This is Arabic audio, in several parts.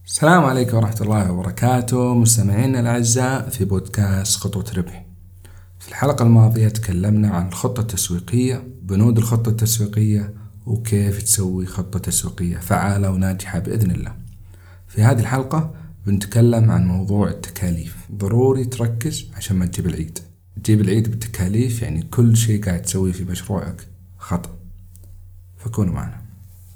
السلام عليكم ورحمة الله وبركاته، مستمعينا الأعزاء في بودكاست خطوة ربح. في الحلقة الماضية تكلمنا عن الخطة التسويقية، بنود الخطة التسويقية، وكيف تسوي خطة تسويقية فعالة وناجحة بإذن الله. في هذه الحلقة بنتكلم عن موضوع التكاليف. ضروري تركز عشان ما تجيب العيد. تجيب العيد بالتكاليف يعني كل شيء قاعد تسويه في مشروعك خطأ. فكونوا معنا.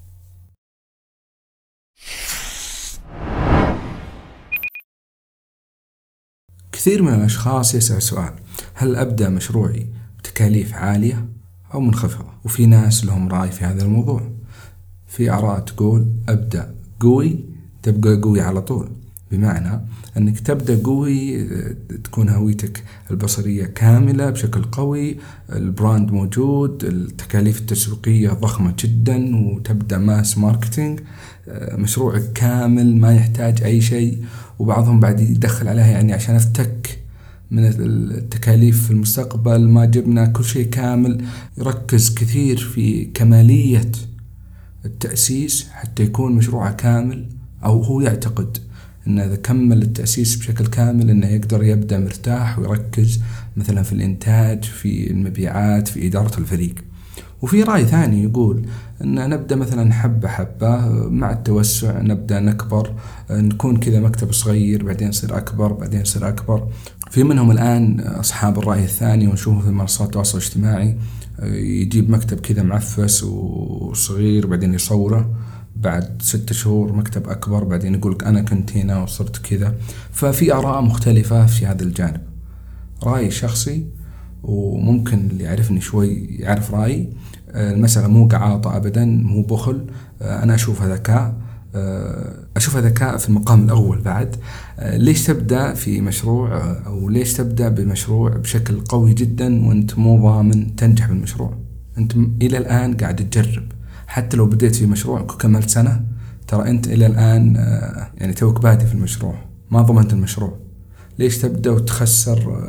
كثير من الأشخاص يسأل سؤال: هل أبدأ مشروعي بتكاليف عالية أو منخفضة؟ وفي ناس لهم رأي في هذا الموضوع. في آراء تقول أبدأ قوي تبقى قوي على طول، بمعنى أنك تبدأ قوي، تكون هويتك البصرية كاملة بشكل قوي، البراند موجود، التكاليف التسويقية ضخمة جدا، وتبدأ ماس ماركتينج، مشروعك كامل ما يحتاج أي شيء. وبعضهم بعد يدخل عليها يعني عشان افتك من التكاليف في المستقبل، ما جبنا كل شيء كامل. يركز كثير في كمالية التأسيس حتى يكون مشروعه كامل، أو هو يعتقد أنه إذا كمل التأسيس بشكل كامل أنه يقدر يبدأ مرتاح ويركز مثلا في الإنتاج، في المبيعات، في إدارة الفريق. وفي رأي ثاني يقول أن نبدأ مثلا حبة حبة، مع التوسع نبدأ نكبر، نكون كذا مكتب صغير بعدين يصير أكبر بعدين يصير أكبر. في منهم الآن أصحاب الرأي الثاني، ونشوفه في منصات التواصل الاجتماعي، يجيب مكتب كذا معفس وصغير بعدين يصوره، بعد 6 شهور مكتب أكبر، بعدين يقولك أنا كنت هنا وصرت كذا. ففي آراء مختلفة في هذا الجانب. رأيي شخصي، وممكن اللي يعرفني شوي يعرف رأيي، المسألة مو قعاطة أبدا، مو بخل. أنا أشوفها ذكاء، أشوفها ذكاء في المقام الأول. بعد ليش تبدأ في مشروع، أو ليش تبدأ بمشروع بشكل قوي جدا وأنت مو ضامن تنجح بالمشروع؟ أنت إلى الآن قاعد تجرب. حتى لو بديت في مشروع وكملت سنة، ترى أنت إلى الآن يعني توك بادي في المشروع، ما ضمنت المشروع. ليش تبدأ وتخسر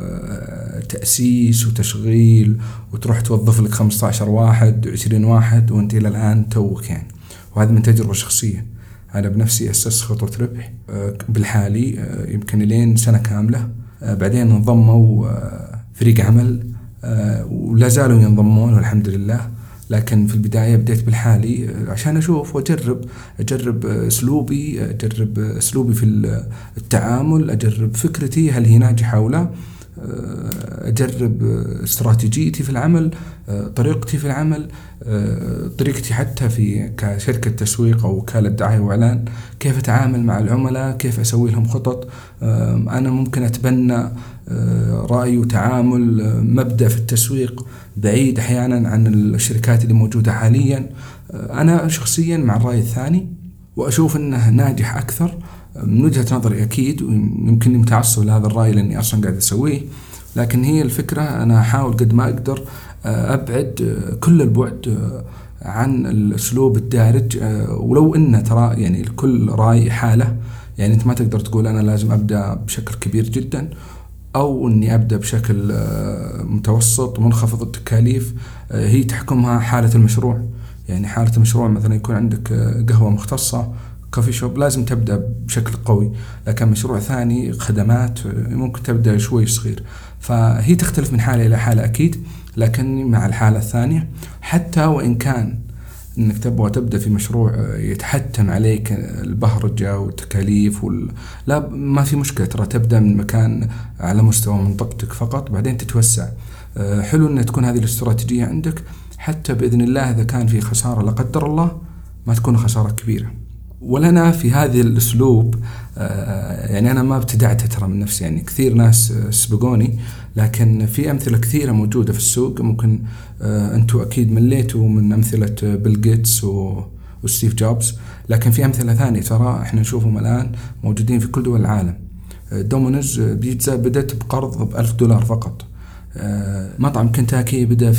تأسيس وتشغيل وتروح توظف لك 15 واحد 20 واحد وانت إلى الآن توك يعني؟ وهذا من تجربة شخصية. أنا بنفسي أسست خطوة ربح بالحالي يمكن لين سنة كاملة، بعدين انضموا فريق عمل ولا زالوا ينضمون والحمد لله. لكن في البداية بديت بالحالي عشان أشوف أجرب أسلوبي في التعامل، أجرب فكرتي هل هي ناجحة أو لا، أجرب استراتيجيتي في العمل، طريقتي في العمل، طريقتي حتى في كشركة تسويق أو وكالة دعاية وإعلان، كيف أتعامل مع العملاء، كيف أسوي لهم خطط. أنا ممكن أتبنى رأي وتعامل مبدأ في التسويق بعيد أحيانا عن الشركات اللي موجودة حاليا. أنا شخصيا مع الرأي الثاني، وأشوف أنه ناجح أكثر من وجهة نظري أكيد، ويمكن متعصب لهذا الرأي لأني أصلا قاعد أسويه. لكن هي الفكرة أنا أحاول قد ما أقدر أبعد كل البعد عن الأسلوب الدارج، ولو إنه ترى يعني الكل رأي حالة. يعني أنت ما تقدر تقول أنا لازم أبدأ بشكل كبير جدا أو أني أبدأ بشكل متوسط منخفض التكاليف. هي تحكمها حالة المشروع. يعني حالة المشروع مثلا يكون عندك قهوة مختصة، كوفي شوب، لازم تبدأ بشكل قوي. لكن مشروع ثاني خدمات ممكن تبدأ شوي صغير. فهي تختلف من حالة إلى حالة أكيد، لكن مع الحالة الثانية حتى وإن كان انك تبغى تبدأ في مشروع يتحتم عليك البهرجة والتكاليف لا، ما في مشكلة، ترى تبدأ من مكان على مستوى منطقتك فقط بعدين تتوسع. حلو ان تكون هذه الاستراتيجية عندك، حتى بإذن الله إذا كان في خسارة لا قدر الله ما تكون خسارة كبيرة. ولنا في هذا الأسلوب يعني أنا ما ابتدعت ترى من نفسي، يعني كثير ناس سبقوني، لكن في أمثلة كثيرة موجودة في السوق. ممكن أنتوا أكيد مليتوا من أمثلة بيل جيتس وستيف جوبز، لكن في أمثلة ثانية ترى إحنا نشوفهم الآن موجودين في كل دول العالم. دومينوز بيتزا بدأت بقرض $1000 فقط. مطعم كنتاكي بدأ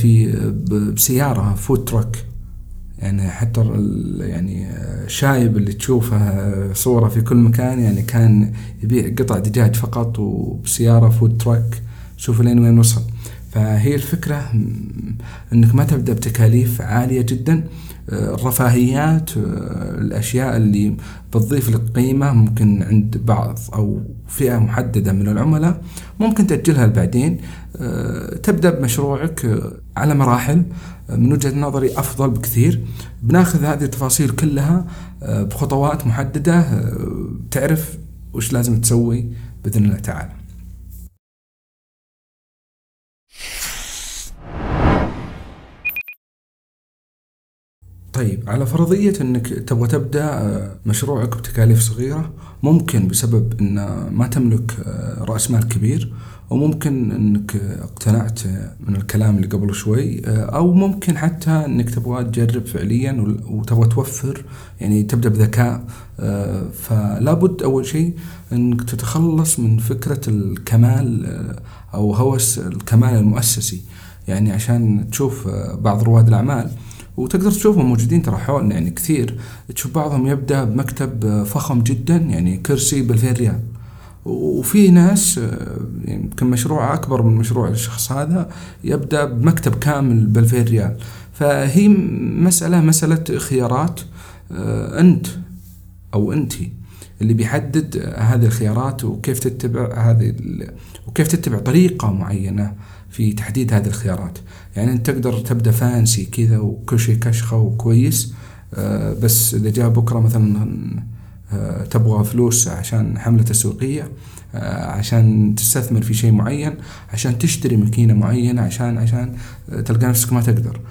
بسيارة فود تراك. يعني حتى يعني شايب اللي تشوفه صورة في كل مكان، يعني كان يبيع قطع دجاج فقط وبسيارة فود تراك. شوف لين وين وصل. فهي الفكرة انك ما تبدأ بتكاليف عالية جدا، الرفاهيات، الأشياء اللي بتضيف لك قيمة ممكن عند بعض أو فئة محددة من العملاء ممكن تأجلها لبعدين. تبدأ بمشروعك على مراحل، من وجهة نظري أفضل بكثير. بناخذ هذه التفاصيل كلها بخطوات محددة، تعرف وش لازم تسوي بإذن الله تعالى. طيب، على فرضية أنك تبغى تبدأ مشروعك بتكاليف صغيرة، ممكن بسبب أن ما تملك رأس مال كبير، وممكن أنك اقتنعت من الكلام اللي قبل شوي، أو ممكن حتى أنك تبغى تجرب فعليا وتبغى توفر، يعني تبدأ بذكاء. فلا بد أول شيء أنك تتخلص من فكرة الكمال أو هوس الكمال المؤسسي. يعني عشان تشوف بعض رواد الأعمال وتقدر تشوفهم موجودين ترى حولنا، يعني كثير تشوف بعضهم يبدأ بمكتب فخم جدا، يعني كرسي ب2000 ريال، وفي ناس يمكن مشروع أكبر من مشروع الشخص هذا يبدأ بمكتب كامل ب2000 ريال. فهي مسألة خيارات، أنت أو أنتي اللي بيحدد هذه الخيارات وكيف تتبع وكيف تتبع طريقة معينة في تحديد هذه الخيارات. يعني أنت تقدر تبدأ فانسي كذا وكل شيء كشخة وكويس، بس إذا جاء بكرة مثلا تبغى فلوس عشان حملة تسويقية، عشان تستثمر في شيء معين، عشان تشتري ماكينة معينة، عشان تلقى نفسك ما تقدر.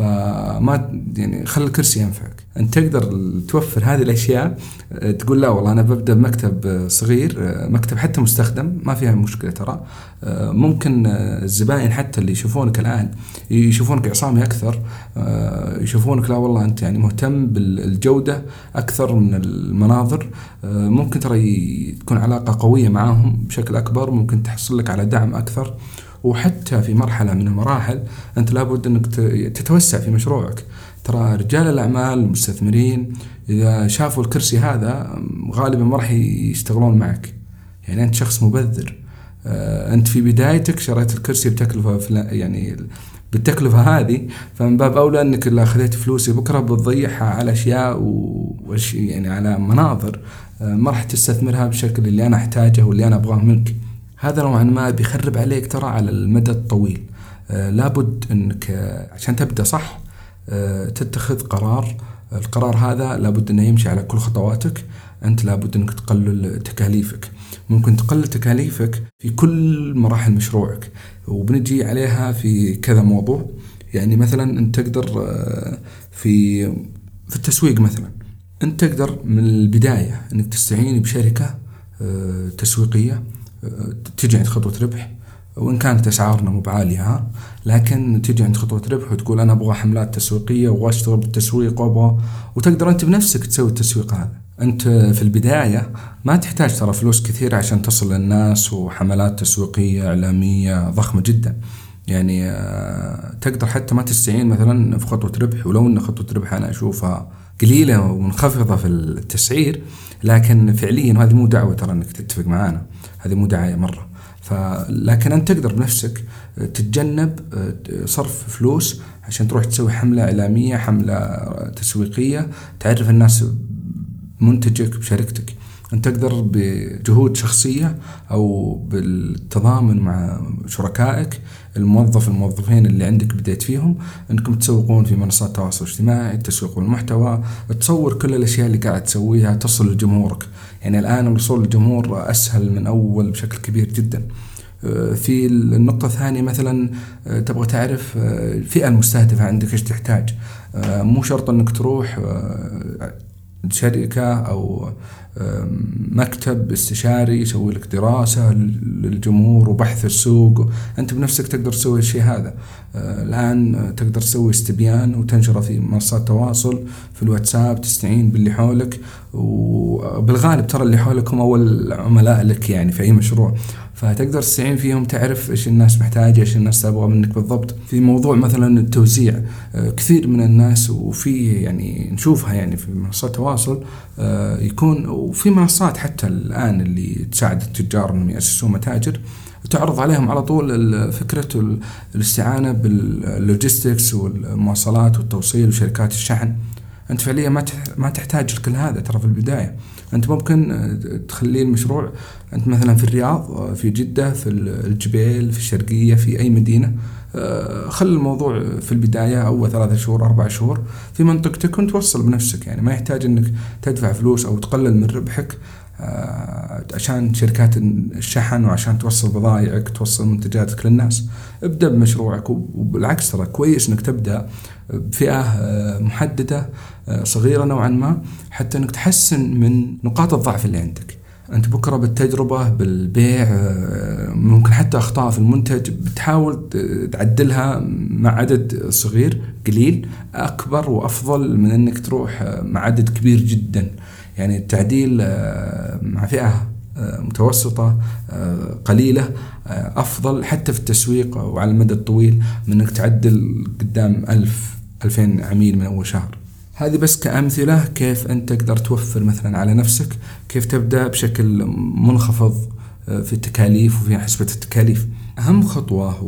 فما يعني خلي الكرسي ينفعك. أنت تقدر توفر هذه الأشياء، تقول لا والله أنا ببدأ بمكتب صغير، مكتب حتى مستخدم ما فيها مشكلة ترى. ممكن الزبائن حتى اللي يشوفونك الآن يشوفونك عصامي أكثر، يشوفونك لا والله أنت يعني مهتم بالجودة أكثر من المناظر. ممكن ترى تكون علاقة قوية معهم بشكل أكبر، ممكن تحصل لك على دعم أكثر. وحتى في مرحلة من المراحل أنت لابد أنك تتوسع في مشروعك. ترى رجال الأعمال المستثمرين إذا شافوا الكرسي هذا غالبا ما راح يشتغلون معك، يعني أنت شخص مبذر. أنت في بدايتك شريت الكرسي بتكلفة يعني بالتكلفة هذه، فمن باب أولى أنك إذا أخذت فلوسي بكرة بتضيعها على أشياء يعني على مناظر ما راح تستثمرها بالشكل اللي أنا أحتاجه واللي أنا أبغاه منك. هذا نوعا ما بيخرب عليك ترى على المدى الطويل. لابد أنك عشان تبدأ صح تتخذ قرار. القرار هذا لابد أنه يمشي على كل خطواتك. أنت لابد أنك تقلل تكاليفك. ممكن تقلل تكاليفك في كل مراحل مشروعك، وبنجي عليها في كذا موضوع. يعني مثلا أنت تقدر في التسويق مثلا، أنت تقدر من البداية أنك تستعين بشركة تسويقية تجي عند خطوة ربح، وإن كانت أسعارنا مو بعالية لكن تجي عند خطوة ربح وتقول أنا أبغى حملات تسويقية وأشتغل بالتسويق وتقدر أنت بنفسك تسوي التسويق هذا. أنت في البداية ما تحتاج ترى فلوس كثيرة عشان تصل للناس، وحملات تسويقية إعلامية ضخمة جدا. يعني تقدر حتى ما تستعين مثلا في خطوة ربح، ولو أن خطوة ربح أنا أشوفها قليلة ومنخفضة في التسعير، لكن فعليا هذه مو دعوة ترى أنك تتفق معانا، هذه مو دعاية مرة. لكن أنت تقدر بنفسك تتجنب صرف فلوس عشان تروح تسوي حملة إعلامية، حملة تسويقية تعرف الناس منتجك بشركتك. أنت تقدر بجهود شخصية أو بالتضامن مع شركائك الموظفين اللي عندك بديت فيهم، أنكم تسوقون في منصات التواصل الاجتماعي، تسوقون المحتوى، تصور كل الأشياء اللي قاعد تسويها تصل لجمهورك. يعني الآن الوصول للجمهور أسهل من أول بشكل كبير جدا. في النقطة الثانية مثلا تبغى تعرف الفئة المستهدفة عندك إيش تحتاج. مو شرط أنك تروح شركة أو مكتب استشاري يسوي لك دراسة للجمهور وبحث السوق. أنت بنفسك تقدر تسوي الشيء هذا. الآن تقدر تسوي استبيان وتنشره في منصات التواصل، في الواتساب، تستعين باللي حولك، وبالغالب ترى اللي حولك هم أول عملاء لك يعني في أي مشروع، فتقدر تستعين فيهم، تعرف إيش الناس محتاجة، إيش الناس تبغى منك بالضبط. في موضوع مثلا التوزيع، كثير من الناس وفي يعني نشوفها يعني في منصات التواصل يكون، وفي منصات حتى الآن اللي تساعد التجار أنهم يأسسون متاجر، تعرض عليهم على طول فكرة الاستعانة باللوجيستكس والمواصلات والتوصيل وشركات الشحن. أنت فعليا ما تحتاج لكل هذا ترى في البداية. أنت ممكن تخلي المشروع أنت مثلا في الرياض، في جدة، في الجبيل، في الشرقية، في أي مدينة. خل الموضوع في البداية أول 3 شهور 4 شهور في منطقتك وانت توصل بنفسك، يعني ما يحتاج أنك تدفع فلوس أو تقلل من ربحك عشان شركات الشحن وعشان توصل بضائعك توصل منتجاتك للناس. ابدأ بمشروعك، وبالعكس ترى كويس انك تبدأ بفئة محددة صغيرة نوعا ما حتى انك تحسن من نقاط الضعف اللي عندك. انت بكرة بالتجربة بالبيع ممكن حتى اخطاء في المنتج بتحاول تعدلها مع عدد صغير قليل اكبر وافضل من انك تروح مع عدد كبير جدا. يعني التعديل مع فئة متوسطة قليلة أفضل حتى في التسويق وعلى المدى الطويل من أنك تعدل قدام 1000-2000 عميل من أول شهر. هذه بس كأمثلة كيف أنت تقدر توفر مثلا على نفسك، كيف تبدأ بشكل منخفض في التكاليف وفي حسبة التكاليف. أهم خطوة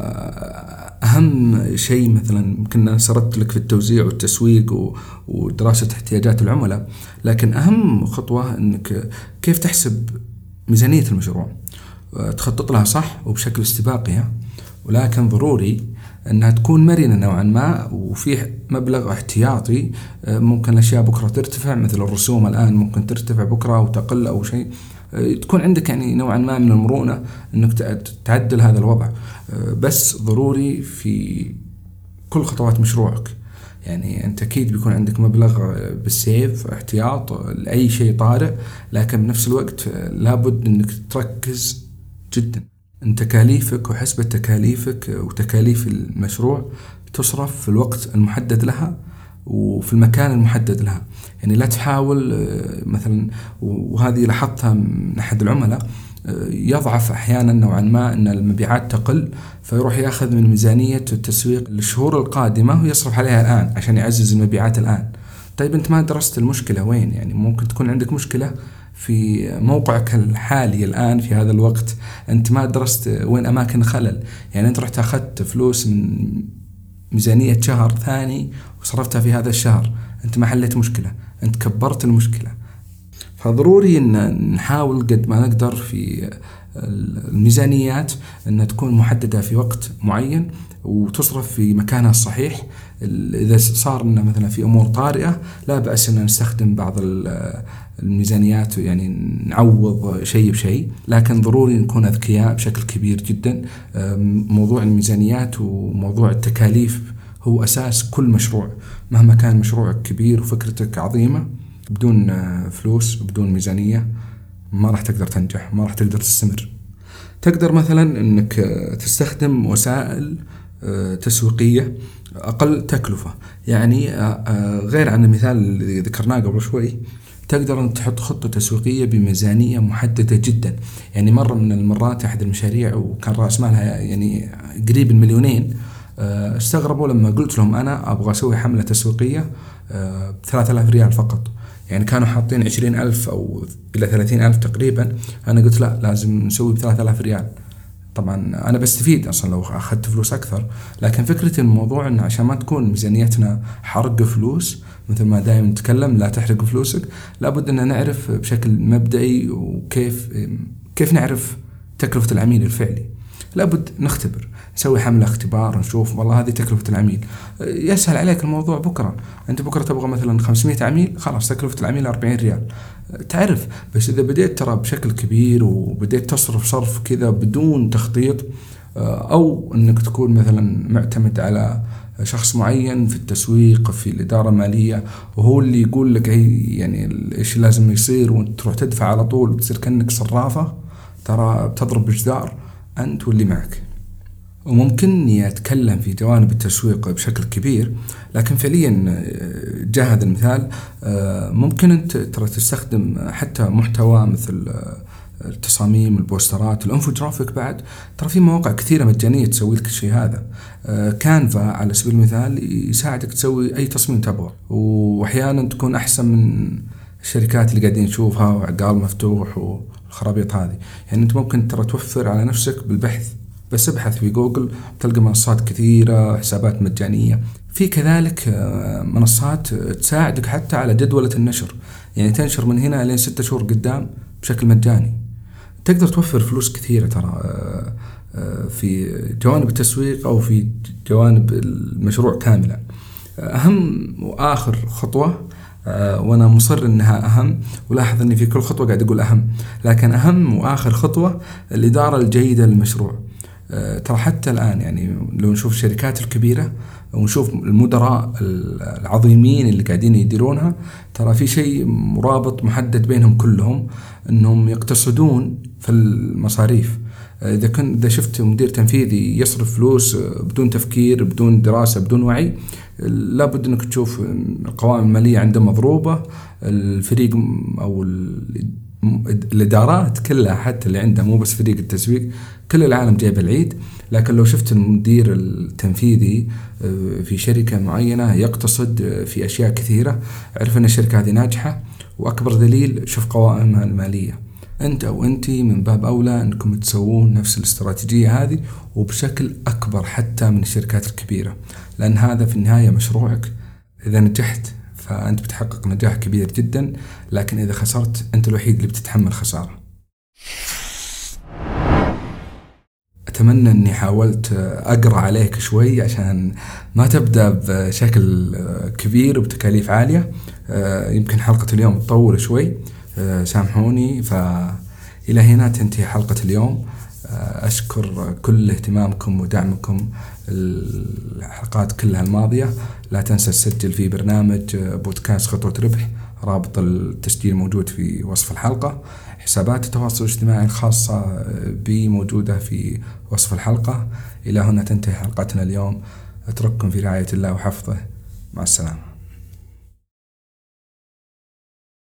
وأهم شيء مثلا يمكن سردت لك في التوزيع والتسويق ودراسة احتياجات العملاء، لكن أهم خطوة أنك كيف تحسب ميزانية المشروع، تخطط لها صح وبشكل استباقي، ولكن ضروري أنها تكون مرنة نوعا ما وفي مبلغ احتياطي. ممكن الأشياء بكرة ترتفع مثل الرسوم الآن ممكن ترتفع بكرة وتقل أو شيء، تكون عندك يعني نوعا ما من المرونة أنك تعدل هذا الوضع. بس ضروري في كل خطوات مشروعك، يعني أنت أكيد بيكون عندك مبلغ بالسيف احتياط لأي شيء طارئ، لكن بنفس الوقت لابد أنك تركز جدا أن تكاليفك وحسبة تكاليفك وتكاليف المشروع تصرف في الوقت المحدد لها وفي المكان المحدد لها. يعني لا تحاول مثلا، وهذه لاحظتها من أحد العملاء، يضعف أحيانا نوعا ما أن المبيعات تقل فيروح ياخذ من ميزانية التسويق للشهور القادمة ويصرف عليها الآن عشان يعزز المبيعات الآن. طيب أنت ما درست المشكلة وين؟ يعني ممكن تكون عندك مشكلة في موقعك الحالي الآن في هذا الوقت، أنت ما درست وين أماكن خلل. يعني أنت رحت أخذت فلوس من ميزانية شهر ثاني وصرفتها في هذا الشهر، أنت ما حليت مشكلة، أنت كبرت المشكلة. فضروري أن نحاول قد ما نقدر في الميزانيات أن تكون محددة في وقت معين وتصرف في مكانها الصحيح. إذا صار لنا مثلا في أمور طارئة لا بأس أن نستخدم بعض الميزانيات، يعني نعوض شيء بشيء، لكن ضروري نكون أذكياء بشكل كبير جدا. موضوع الميزانيات وموضوع التكاليف هو أساس كل مشروع، مهما كان مشروعك كبير وفكرتك عظيمة، بدون فلوس وبدون ميزانية ما راح تقدر تنجح، ما راح تقدر تستمر. تقدر مثلا أنك تستخدم وسائل تسويقية أقل تكلفة، يعني غير عن المثال اللي ذكرناه قبل شوي، تقدر أن تحط خطة تسويقية بميزانية محددة جدا. يعني مرة من المرات أحد المشاريع وكان رأس مالها يعني قريب ال2 مليون، استغربوا لما قلت لهم أنا أبغى أسوي حملة تسويقية ب3000 ريال فقط. يعني كانوا حاطين 20,000 أو إلى 30,000 تقريبا، أنا قلت لا لازم نسوي ب3000 ريال. طبعا أنا بستفيد أصلا لو أخذت فلوس أكثر، لكن فكرة الموضوع أن عشان ما تكون ميزانيتنا حرق فلوس مثل ما دائما نتكلم لا تحرق فلوسك، لابد أن نعرف بشكل مبدئي وكيف نعرف تكلفة العميل الفعلي. لابد نختبر، نسوي حملة اختبار نشوف والله هذه تكلفة العميل، يسهل عليك الموضوع. بكرة أنت بكرة تبغى مثلا 500 عميل، خلاص تكلفة العميل 40 ريال تعرف. بس إذا بديت ترى بشكل كبير وبديت تصرف صرف كذا بدون تخطيط، أو أنك تكون مثلا معتمد على شخص معين في التسويق في الإدارة المالية وهو اللي يقول لك يعني إيش لازم يصير وأنت تروح تدفع على طول وتصير كأنك صرافة، ترى بتضرب بجدار أنت واللي معك. وممكن يتكلم في جوانب التسويق بشكل كبير، لكن فعليا جاء هذا المثال ممكن أنت ترى تستخدم حتى محتوى مثل التصاميم، البوسترات، الانفوجرافيك. بعد ترى في مواقع كثيرة مجانية تسوي لك الشيء هذا. كانفا على سبيل المثال يساعدك تسوي أي تصميم تبغى، وأحيانا تكون أحسن من الشركات اللي قاعدين نشوفها وعقال مفتوح والخرابيط هذه. يعني أنت ممكن ترى توفر على نفسك بالبحث، بس ابحث في جوجل تلقى منصات كثيرة، حسابات مجانية في كذلك منصات تساعدك حتى على جدولة النشر، يعني تنشر من هنا لين 6 شهور قدام بشكل مجاني. تقدر توفر فلوس كثيرة ترى في جوانب التسويق أو في جوانب المشروع كاملا. أهم وآخر خطوة، وأنا مصر أنها أهم، ولاحظ أني في كل خطوة قاعد أقول أهم، لكن أهم وآخر خطوة الإدارة الجيدة للمشروع. ترى حتى الآن يعني لو نشوف الشركات الكبيرة ونشوف المدراء العظيمين اللي قاعدين يديرونها، ترى في شيء مرابط محدد بينهم كلهم، أنهم يقتصدون في المصاريف. إذا شفت مدير تنفيذي يصرف فلوس بدون تفكير، بدون دراسة، بدون وعي، لابد أنك تشوف القوائم المالية عنده مضروبة. الفريق أو الإدارات كلها حتى اللي عنده، مو بس فريق التسويق، كل العالم جايب العيد. لكن لو شفت المدير التنفيذي في شركة معينة يقتصد في أشياء كثيرة، عرف أن الشركة هذه ناجحة. وأكبر دليل شوف قوائمها المالية. أنت أو أنتي من باب أولى أنكم تسوون نفس الاستراتيجية هذه وبشكل أكبر حتى من الشركات الكبيرة، لأن هذا في النهاية مشروعك. إذا نجحت فأنت بتحقق نجاح كبير جدا، لكن إذا خسرت أنت الوحيد اللي بتتحمل خسارة. أتمنى أني حاولت أقرأ عليك شوي عشان ما تبدأ بشكل كبير وبتكاليف عالية. يمكن حلقة اليوم تطول شوي، سامحوني. فإلى هنا تنتهي حلقة اليوم. أشكر كل اهتمامكم ودعمكم الحلقات كلها الماضية. لا تنسى تسجل في برنامج بودكاست خطوة ربح، رابط التسجيل موجود في وصف الحلقة. حسابات التواصل الاجتماعي الخاصة بي موجودة في وصف الحلقة. إلى هنا تنتهي حلقتنا اليوم. أترككم في رعاية الله وحفظه. مع السلامة.